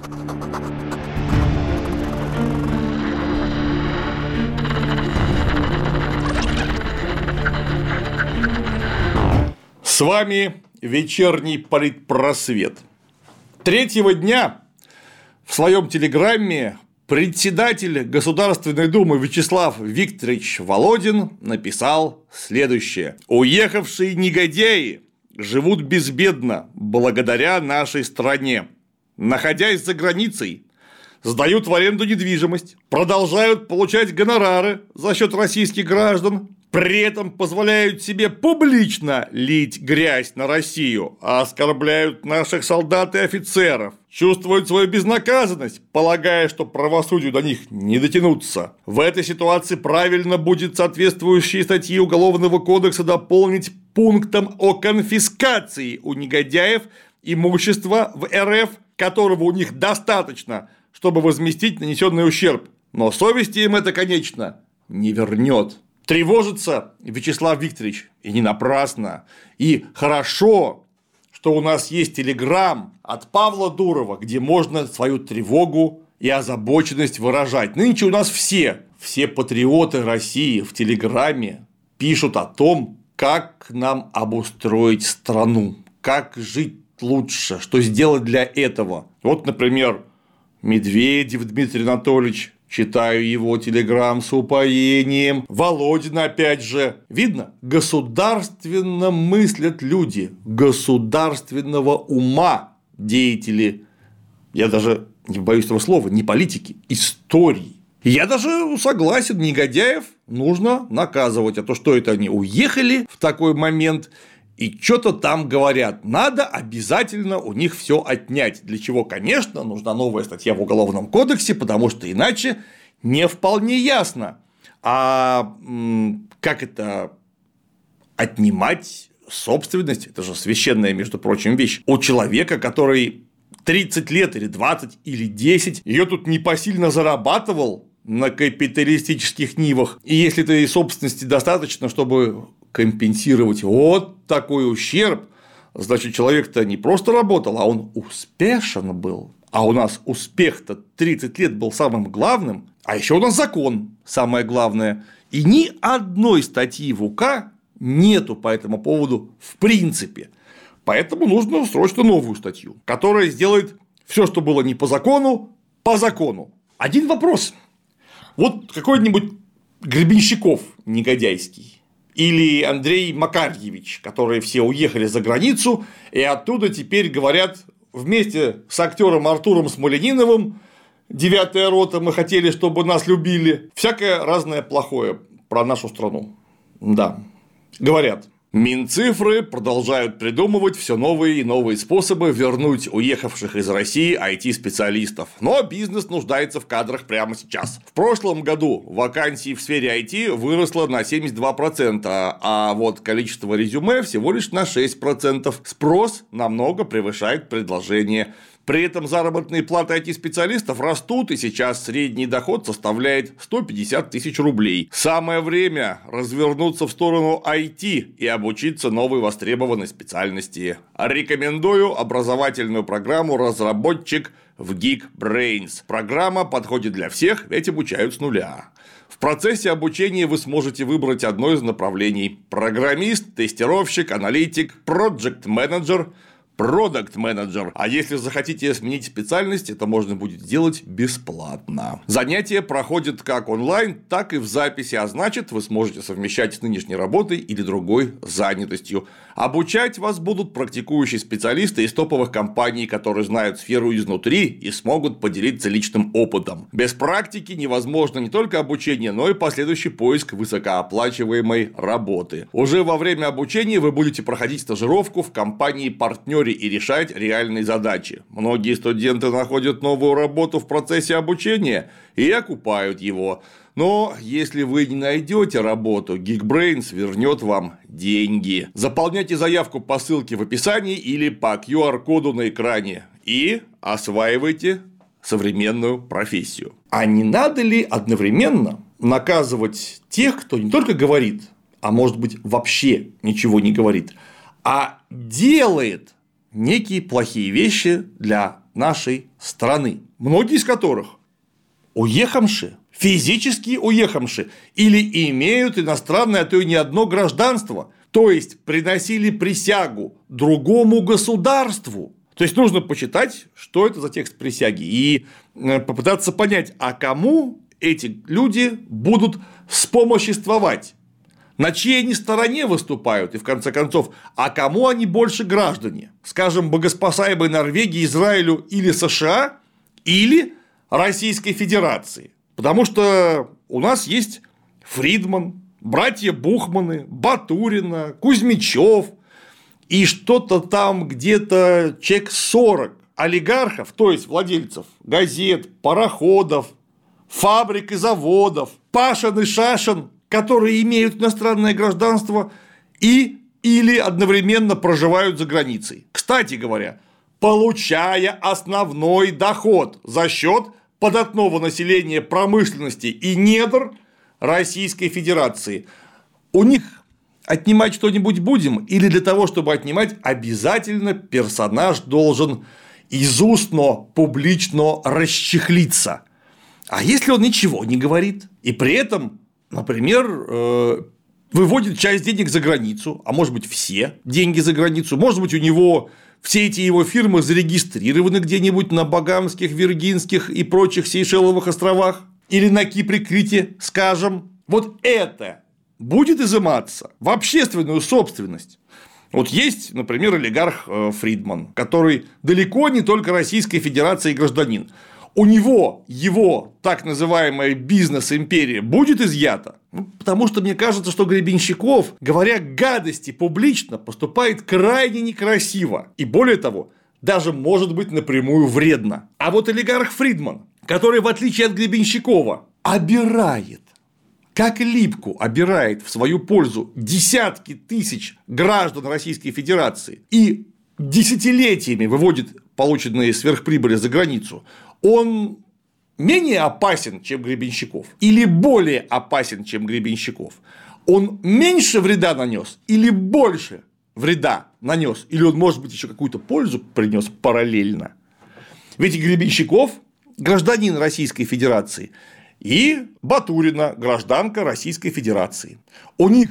С вами вечерний политпросвет. Третьего дня в своем телеграмме председатель Государственной Думы Вячеслав Викторович Володин написал следующее. Уехавшие негодяи живут безбедно благодаря нашей стране. Находясь за границей, сдают в аренду недвижимость, продолжают получать гонорары за счет российских граждан, при этом позволяют себе публично лить грязь на Россию, оскорбляют наших солдат и офицеров, чувствуют свою безнаказанность, полагая, что правосудию до них не дотянуться. В этой ситуации правильно будет соответствующие статьи Уголовного кодекса дополнить пунктом о конфискации у негодяев имущества в РФ, которого у них достаточно, чтобы возместить нанесенный ущерб. Но совести им это, конечно, не вернет. Тревожится Вячеслав Викторович, и не напрасно. И хорошо, что у нас есть телеграм от Павла Дурова, где можно свою тревогу и озабоченность выражать. Нынче у нас все патриоты России в телеграме пишут о том, как нам обустроить страну, как жить лучше, что сделать для этого. Вот, например, Медведев Дмитрий Анатольевич. Читаю его телеграм с упоением. Володин опять же. Видно, государственно мыслят люди, государственного ума деятели. Я даже не боюсь этого слова, не политики, истории. Я даже согласен, негодяев нужно наказывать. А то что это они уехали в такой момент и что-то там говорят. Надо обязательно у них все отнять. Для чего, конечно, нужна новая статья в Уголовном кодексе, потому что иначе не вполне ясно. А как это отнимать собственность? Это же священная, между прочим, вещь. У человека, который 30 лет или 20 или 10 ее тут непосильно зарабатывал на капиталистических нивах. И если этой собственности достаточно, чтобы компенсировать вот такой ущерб, значит, человек-то не просто работал, а он успешен был. А у нас успех-то 30 лет был самым главным, а еще у нас закон самое главное. И ни одной статьи в УК нету по этому поводу в принципе. Поэтому нужно срочно новую статью, которая сделает все, что было не по закону, по закону. Один вопрос. Вот какой-нибудь Гребенщиков негодяйский. Или Андрей Макарьевич, которые все уехали за границу и оттуда теперь говорят вместе с актером Артуром Смольяниновым, 9-я рота, мы хотели, чтобы нас любили, всякое разное плохое про нашу страну. Да, говорят. Минцифры продолжают придумывать все новые и новые способы вернуть уехавших из России IT-специалистов. Но бизнес нуждается в кадрах прямо сейчас. В прошлом году вакансий в сфере IT выросло на 72%, а вот количество резюме всего лишь на 6%. Спрос намного превышает предложение. При этом заработные платы IT-специалистов растут, и сейчас средний доход составляет 150 тысяч рублей. Самое время развернуться в сторону IT и обучиться новой востребованной специальности. Рекомендую образовательную программу «Разработчик» в Geekbrains. Программа подходит для всех, ведь обучают с нуля. В процессе обучения вы сможете выбрать одно из направлений – программист, тестировщик, аналитик, проект-менеджер, продакт-менеджер. А если захотите сменить специальность, это можно будет сделать бесплатно. Занятия проходят как онлайн, так и в записи, а значит, вы сможете совмещать с нынешней работой или другой занятостью. Обучать вас будут практикующие специалисты из топовых компаний, которые знают сферу изнутри и смогут поделиться личным опытом. Без практики невозможно не только обучение, но и последующий поиск высокооплачиваемой работы. Уже во время обучения вы будете проходить стажировку в компании-партнере и решать реальные задачи. Многие студенты находят новую работу в процессе обучения и окупают его. Но если вы не найдете работу, Geekbrains вернет вам деньги. Заполняйте заявку по ссылке в описании или по QR-коду на экране и осваивайте современную профессию. А не надо ли одновременно наказывать тех, кто не только говорит, а может быть вообще ничего не говорит, а делает некие плохие вещи для нашей страны, многие из которых уехавшие, физически уехавшие, или имеют иностранное, а то и не одно гражданство, то есть приносили присягу другому государству. То есть нужно почитать, что это за текст присяги, и попытаться понять, а кому эти люди будут вспомоществовать, на чьей они стороне выступают, и в конце концов, а кому они больше граждане, скажем, богоспасаемой Норвегии, Израилю или США, или Российской Федерации. Потому что у нас есть Фридман, братья Бухманы, Батурина, Кузьмичев и что-то там где-то человек 40 олигархов, то есть владельцев газет, пароходов, фабрик и заводов, Пашин и Шашин, которые имеют иностранное гражданство и или одновременно проживают за границей. Кстати говоря, получая основной доход за счет податного населения, промышленности и недр Российской Федерации. У них отнимать что-нибудь будем, или для того, чтобы отнимать, обязательно персонаж должен из устно публично расчехлиться. А если он ничего не говорит, и при этом, например, выводит часть денег за границу, а может быть все деньги за границу, может быть у него все эти его фирмы зарегистрированы где-нибудь на Багамских, Виргинских и прочих Сейшеловых островах или на Кипре-Крите, скажем, вот это будет изыматься в общественную собственность. Вот есть, например, олигарх Фридман, который далеко не только Российской Федерации гражданин. У него его так называемая бизнес-империя будет изъята, потому что мне кажется, что Гребенщиков, говоря гадости публично, поступает крайне некрасиво и, более того, даже может быть напрямую вредно. А вот олигарх Фридман, который, в отличие от Гребенщикова, обирает, как липку обирает в свою пользу десятки тысяч граждан Российской Федерации и десятилетиями выводит полученные сверхприбыли за границу, он менее опасен, чем Гребенщиков, или более опасен, чем Гребенщиков? Он меньше вреда нанес или больше вреда нанес? Или он, может быть, еще какую-то пользу принес параллельно? Ведь Гребенщиков – гражданин Российской Федерации, и Батурина – гражданка Российской Федерации. У них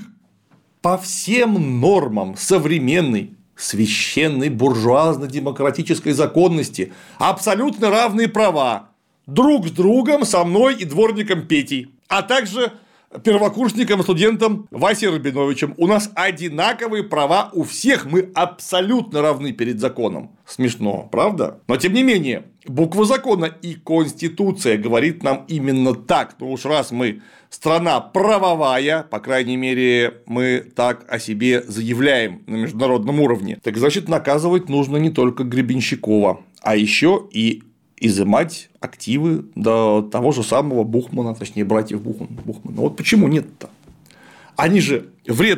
по всем нормам современной священной буржуазно-демократической законности абсолютно равные права друг с другом, со мной и дворником Петей, а также первокурсником и студентом Васей Рабиновичем. У нас одинаковые права у всех, мы абсолютно равны перед законом. Смешно, правда? Но тем не менее, буква закона и Конституция говорит нам именно так. Ну уж раз мы страна правовая, по крайней мере, мы так о себе заявляем на международном уровне, так значит, наказывать нужно не только Гребенщикова, а еще и изымать активы до того же самого Бухмана, точнее, братьев Бухмана. Вот почему нет-то? Они же вред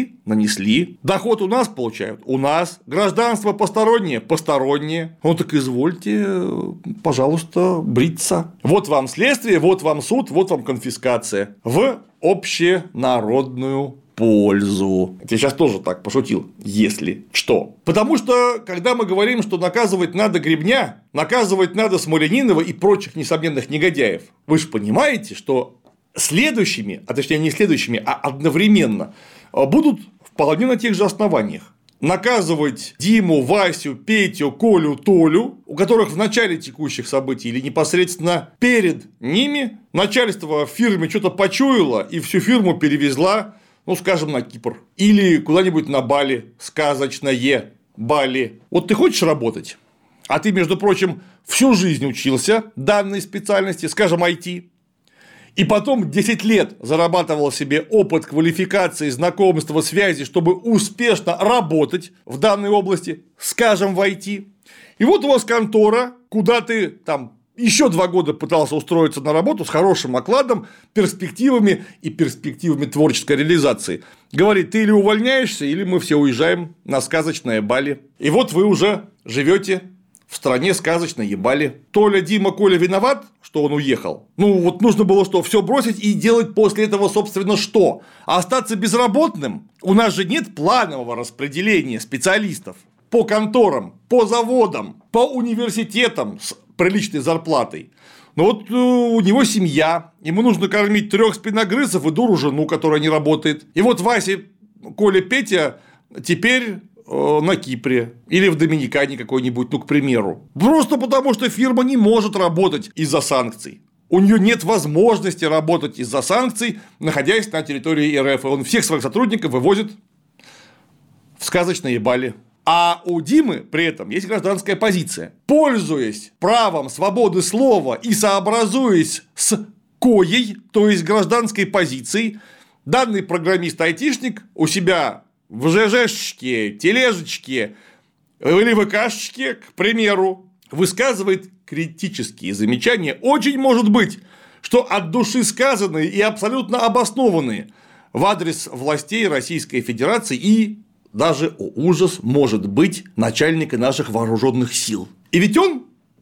нанесли, доход у нас получают, у нас, гражданство постороннее, ну так извольте, пожалуйста, бриться. Вот вам следствие, вот вам суд, вот вам конфискация в общенародную пользу. Я сейчас тоже так пошутил, если что. Потому что, когда мы говорим, что наказывать надо Гребня, наказывать надо Смольянинова и прочих несомненных негодяев, вы же понимаете, что следующими, а точнее не следующими, а одновременно будут вполне на тех же основаниях наказывать Диму, Васю, Петю, Колю, Толю, у которых в начале текущих событий или непосредственно перед ними начальство в фирме что-то почуяло и всю фирму перевезла, ну, скажем, на Кипр или куда-нибудь на Бали, сказочное Бали. Вот ты хочешь работать, а ты, между прочим, всю жизнь учился данной специальности, скажем, IT, и потом 10 лет зарабатывал себе опыт, квалификации, знакомства, связи, чтобы успешно работать в данной области, скажем, в IT. И вот у вас контора, куда ты там еще 2 года пытался устроиться на работу с хорошим окладом, перспективами творческой реализации. Говорит, ты или увольняешься, или мы все уезжаем на сказочное Бали. И вот вы уже живете в стране сказочной Бали. Толя, Дима, Коля виноват, что он уехал? Ну, вот нужно было что, все бросить и делать после этого, собственно, что? А остаться безработным? У нас же нет планового распределения специалистов. по конторам, по заводам, по университетам с приличной зарплатой. Но вот у него семья, ему нужно кормить 3 спиногрызов и дуру жену, которая не работает. И вот Вася, Коля, Петя теперь на Кипре или в Доминикане какой-нибудь, ну, к примеру. Просто потому, что фирма не может работать из-за санкций. У нее нет возможности работать из-за санкций, находясь на территории РФ. И он всех своих сотрудников вывозит в сказочные Бали. А у Димы при этом есть гражданская позиция. Пользуясь правом свободы слова и сообразуясь с коей, то есть гражданской позицией, данный программист-айтишник у себя в ЖЖшке, тележечке или ВКшечке, к примеру, высказывает критические замечания. Очень может быть, что от души сказанные и абсолютно обоснованные в адрес властей Российской Федерации и даже, о ужас, может быть, начальника наших вооруженных сил. И ведь он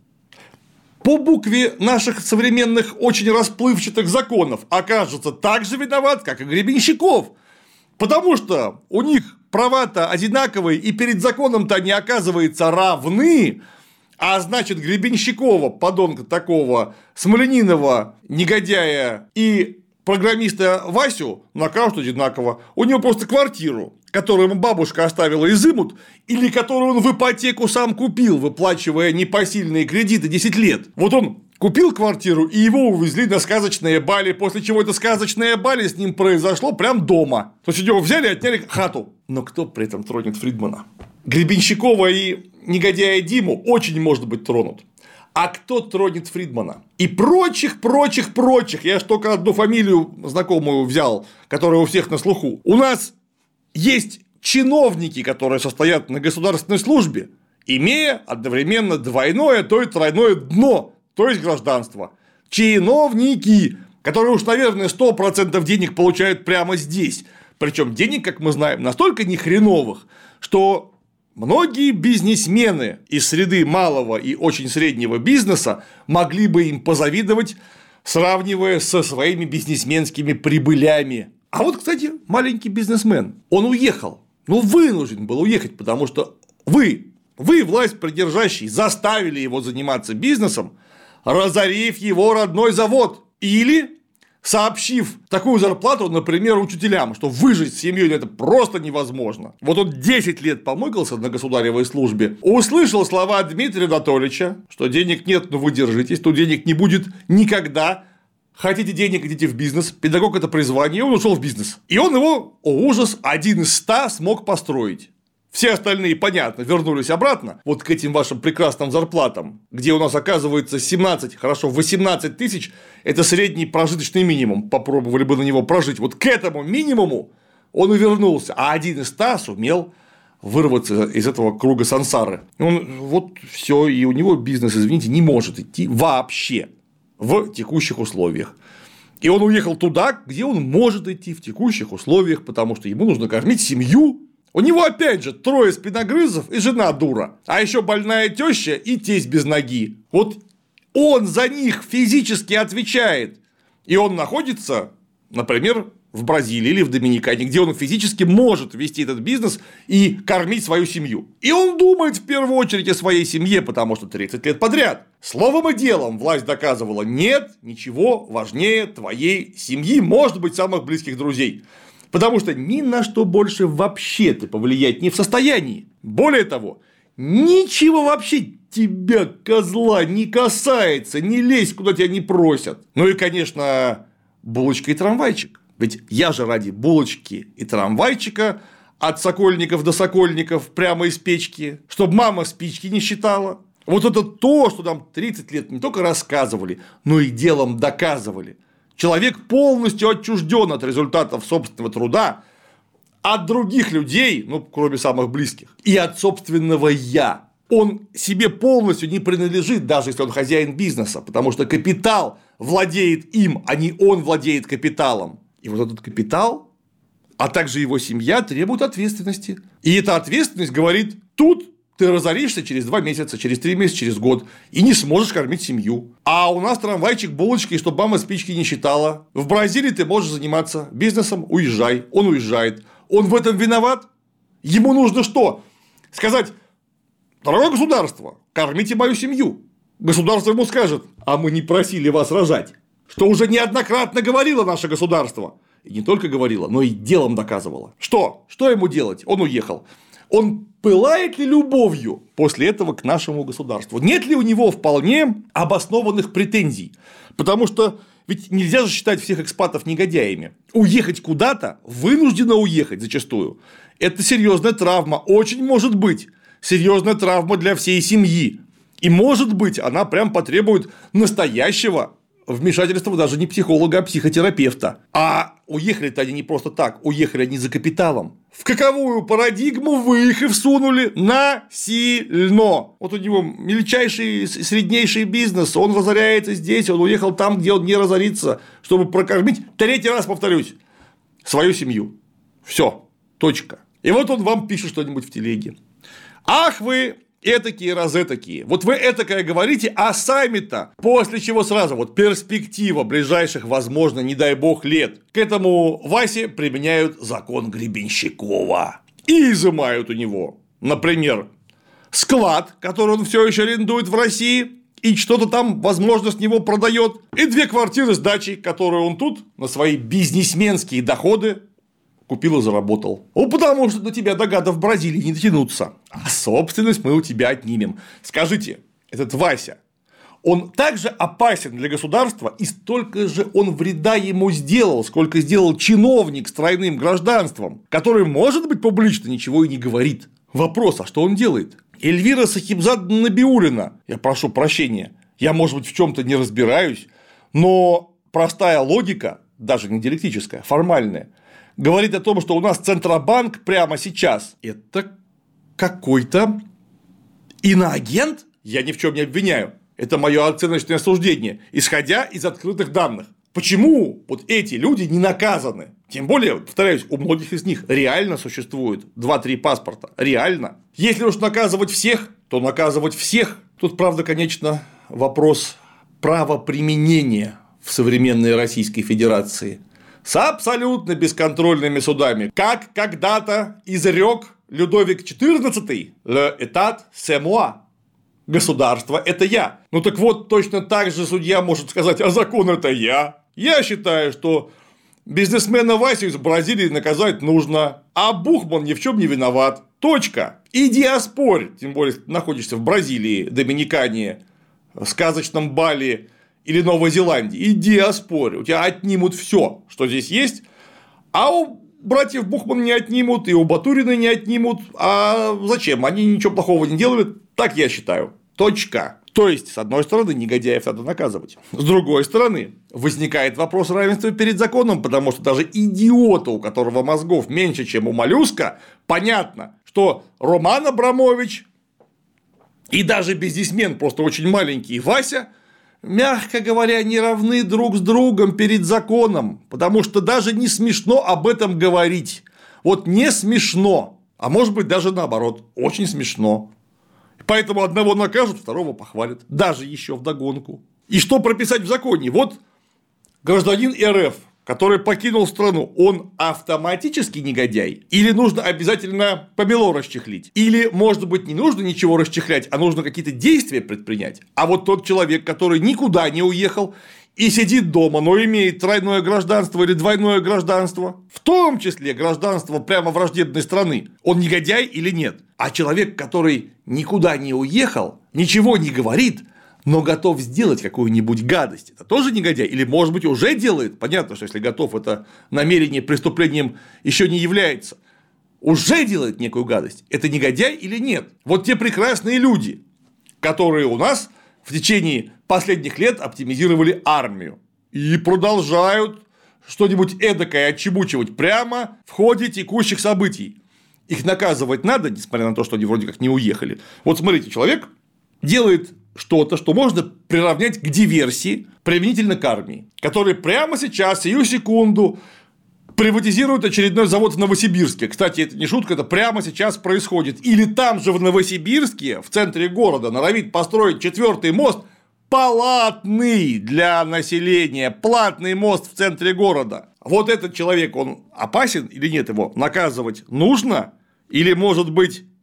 по букве наших современных очень расплывчатых законов окажется так же виноват, как и Гребенщиков. Потому что у них права-то одинаковые, и перед законом-то они, оказывается, равны. А значит, Гребенщикова, подонка такого, Смоленинова, негодяя и программиста Васю накажут одинаково. У него просто квартиру, которую ему бабушка оставила, изымут, или которую он в ипотеку сам купил, выплачивая непосильные кредиты 10 лет. Вот он купил квартиру, и его увезли на сказочное Бали, после чего это сказочное Бали с ним произошло прям дома. То есть, у него взяли и отняли хату. Но кто при этом тронет Фридмана? Гребенщикова и негодяя Диму очень может быть тронут. А кто тронет Фридмана? И прочих. Я ж только одну фамилию знакомую взял, которая у всех на слуху. У нас есть чиновники, которые состоят на государственной службе, имея одновременно двойное, то и тройное дно, то есть гражданство. Чиновники, которые уж, наверное, 100% денег получают прямо здесь. Причем денег, как мы знаем, настолько нехреновых, что многие бизнесмены из среды малого и очень среднего бизнеса могли бы им позавидовать, сравнивая со своими бизнесменскими прибылями. А вот, кстати, маленький бизнесмен, он уехал, вынужден был уехать, потому что вы, власть придержащие, заставили его заниматься бизнесом, разорив его родной завод, или сообщив такую зарплату, например, учителям, что выжить с семьей это просто невозможно. Вот он 10 лет помыкался на государевой службе, услышал слова Дмитрия Анатольевича, что денег нет, но вы держитесь, тут денег не будет никогда. Хотите денег, идите в бизнес. Педагог – это призвание, и он ушел в бизнес. И он его, о ужас, 1 из 100 смог построить. Все остальные, понятно, вернулись обратно вот к этим вашим прекрасным зарплатам, где у нас оказывается 18 тысяч – это средний прожиточный минимум. Попробовали бы на него прожить. Вот к этому минимуму он и вернулся. А 1 из 100 сумел вырваться из этого круга сансары. Он вот все, и у него бизнес, извините, не может идти вообще в текущих условиях. И он уехал туда, где он может идти в текущих условиях, потому что ему нужно кормить семью. У него, опять же, 3 спиногрызов и жена дура, а еще больная теща и тесть без ноги. Вот он за них физически отвечает. И он находится, например, в Бразилии или в Доминикане, где он физически может вести этот бизнес и кормить свою семью. И он думает в первую очередь о своей семье, потому что 30 лет подряд словом и делом власть доказывала: нет ничего важнее твоей семьи, может быть, самых близких друзей. Потому что ни на что больше вообще ты повлиять не в состоянии. Более того, ничего вообще тебя, козла, не касается, не лезь, куда тебя не просят. Ну и, конечно, булочка и трамвайчик. Ведь я же ради булочки и трамвайчика от Сокольников до Сокольников прямо из печки, чтобы мама спички не считала. Вот это то, что нам 30 лет не только рассказывали, но и делом доказывали. Человек полностью отчужден от результатов собственного труда, от других людей, кроме самых близких, и от собственного «я». Он себе полностью не принадлежит, даже если он хозяин бизнеса, потому что капитал владеет им, а не он владеет капиталом. И вот этот капитал, а также его семья требуют ответственности. И эта ответственность говорит: тут ты разоришься через 2 месяца, через 3 месяца, через год и не сможешь кормить семью. А у нас трамвайчик, булочки, и чтобы мама спички не считала. В Бразилии ты можешь заниматься бизнесом, уезжай. Он уезжает. Он в этом виноват? Ему нужно что? Сказать: Дорогое государство, кормите мою семью. Государство ему скажет: а мы не просили вас рожать. Что уже неоднократно говорило наше государство. И не только говорило, но и делом доказывало. Что? Что ему делать? Он уехал. Он пылает ли любовью после этого к нашему государству? Нет ли у него вполне обоснованных претензий? Потому что ведь нельзя же считать всех экспатов негодяями. Уехать куда-то, вынужденно уехать зачастую, это серьезная травма, очень может быть серьезная травма для всей семьи. И может быть она прям потребует настоящего вмешательства даже не психолога, а психотерапевта. А уехали-то они не просто так, уехали они за капиталом. В каковую парадигму вы их и всунули? Насильно. Вот у него мельчайший, среднейший бизнес, он разоряется здесь, он уехал там, где он не разорится, чтобы прокормить, третий раз повторюсь, свою семью. Все, точка. И вот он вам пишет что-нибудь в телеге. Ах вы этакие разэтакие. Вот вы этакое говорите, а сами-то после чего сразу вот перспектива ближайших, возможно, не дай бог, лет к этому Васе применяют закон Гребенщикова и изымают у него, например, склад, который он все еще арендует в России и что-то там, возможно, с него продает, и 2 квартиры с дачей, которые он тут на свои бизнесменские доходы купил и заработал. Ну, потому что до тебя, до гада, в Бразилии не дотянуться. А собственность мы у тебя отнимем. Скажите, этот Вася, он также опасен для государства, и столько же он вреда ему сделал, сколько сделал чиновник с тройным гражданством, который, может быть, публично ничего и не говорит. Вопрос, а что он делает? Эльвира Сахибзадовна Набиуллина, я прошу прощения, я, может быть, в чем-то не разбираюсь, но простая логика, даже не диалектическая, формальная, говорит о том, что у нас Центробанк прямо сейчас – это какой-то иноагент? Я ни в чем не обвиняю. Это мое оценочное суждение, исходя из открытых данных. Почему вот эти люди не наказаны? Тем более, повторяюсь, у многих из них реально существует 2-3 паспорта. Реально. Если уж наказывать всех, то наказывать всех. Тут, правда, конечно, вопрос правоприменения в современной Российской Федерации. С абсолютно бесконтрольными судами, как когда-то изрек Людовик XIV «Le état c'est moi» – «Государство – это я». Ну так вот, точно так же судья может сказать: а закон – это я. Я считаю, что бизнесмена Васю из Бразилии наказать нужно, а Бухман ни в чем не виноват. Точка. Иди оспорь, тем более, если ты находишься в Бразилии, Доминикане, сказочном Бали или Новой Зеландии, иди оспорь, у тебя отнимут все, что здесь есть, а у братьев Бухман не отнимут, и у Батурина не отнимут, а зачем? Они ничего плохого не делали, так я считаю. Точка. То есть, с одной стороны, негодяев надо наказывать, с другой стороны, возникает вопрос равенства перед законом, потому что даже идиоту, у которого мозгов меньше, чем у моллюска, понятно, что Роман Абрамович и даже бизнесмен, просто очень маленький Вася, мягко говоря, не равны друг с другом перед законом, потому что даже не смешно об этом говорить. Вот не смешно, а может быть даже наоборот, очень смешно. Поэтому одного накажут, второго похвалят, даже еще вдогонку. И что прописать в законе? Вот гражданин РФ, который покинул страну, он автоматически негодяй? Или нужно обязательно помело расчехлить? Или, может быть, не нужно ничего расчехлять, а нужно какие-то действия предпринять? А вот тот человек, который никуда не уехал и сидит дома, но имеет тройное гражданство или двойное гражданство, в том числе гражданство прямо враждебной страны, он негодяй или нет? А человек, который никуда не уехал, ничего не говорит, но готов сделать какую-нибудь гадость, это тоже негодяй? Или, может быть, уже делает? Понятно, что если готов, это намерение преступлением еще не является. Уже делает некую гадость. Это негодяй или нет? Вот те прекрасные люди, которые у нас в течение последних лет оптимизировали армию и продолжают что-нибудь эдакое отчебучивать прямо в ходе текущих событий. Их наказывать надо, несмотря на то, что они вроде как не уехали. Вот смотрите, человек делает что-то, что можно приравнять к диверсии применительно к армии, который прямо сейчас, сию секунду, приватизирует очередной завод в Новосибирске. Кстати, это не шутка, это прямо сейчас происходит. Или там же в Новосибирске, в центре города, норовит построить 4-й мост, платный для населения, платный мост в центре города. Вот этот человек, он опасен или нет, его наказывать нужно? Или, может быть,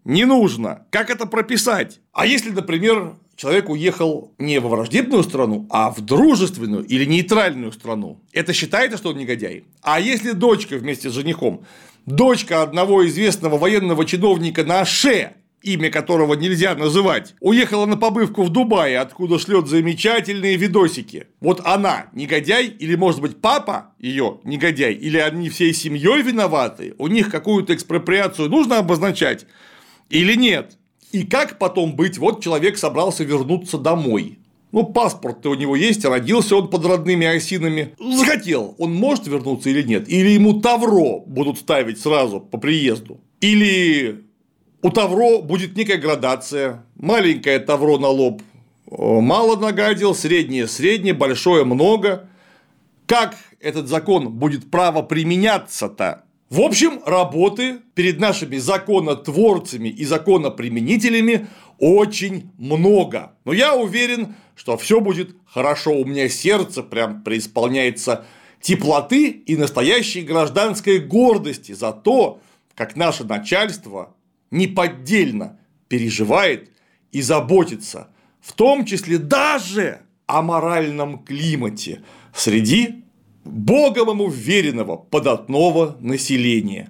не нужно. Как это прописать? А если, например, человек уехал не во враждебную страну, а в дружественную или нейтральную страну, это считается, что он негодяй? А если дочка вместе с женихом, дочка одного известного военного чиновника на Ше, имя которого нельзя называть, уехала на побывку в Дубае, откуда шлет замечательные видосики. Вот она негодяй, или, может быть, папа ее негодяй, или они всей семьей виноваты, у них какую-то экспроприацию нужно обозначать или нет? И как потом быть? Вот человек собрался вернуться домой. Ну, паспорт-то у него есть, родился он под родными осинами. Захотел, он может вернуться или нет? Или ему тавро будут ставить сразу по приезду? Или у тавро будет некая градация, маленькое тавро на лоб мало нагадил, среднее, большое много. Как этот закон будет правоприменяться-то? В общем, работы перед нашими законотворцами и законоприменителями очень много. Но я уверен, что все будет хорошо. У меня сердце прям преисполняется теплоты и настоящей гражданской гордости за то, как наше начальство неподдельно переживает и заботится, в том числе даже о моральном климате среди Богом ему вверенного податного населения.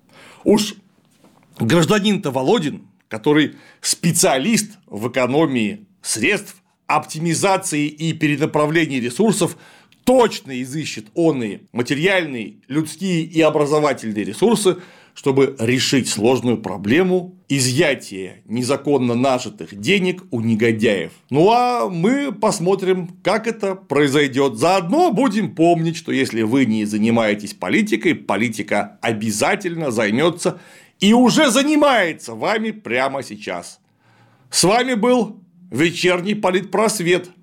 Уж гражданин-то Володин, который специалист в экономии средств, оптимизации и перенаправлении ресурсов, точно изыщет оные материальные, людские и образовательные ресурсы, чтобы решить сложную проблему изъятия незаконно нажитых денег у негодяев. Ну а мы посмотрим, как это произойдет. Заодно будем помнить, что если вы не занимаетесь политикой, политика обязательно займется и уже занимается вами прямо сейчас. С вами был вечерний политпросвет.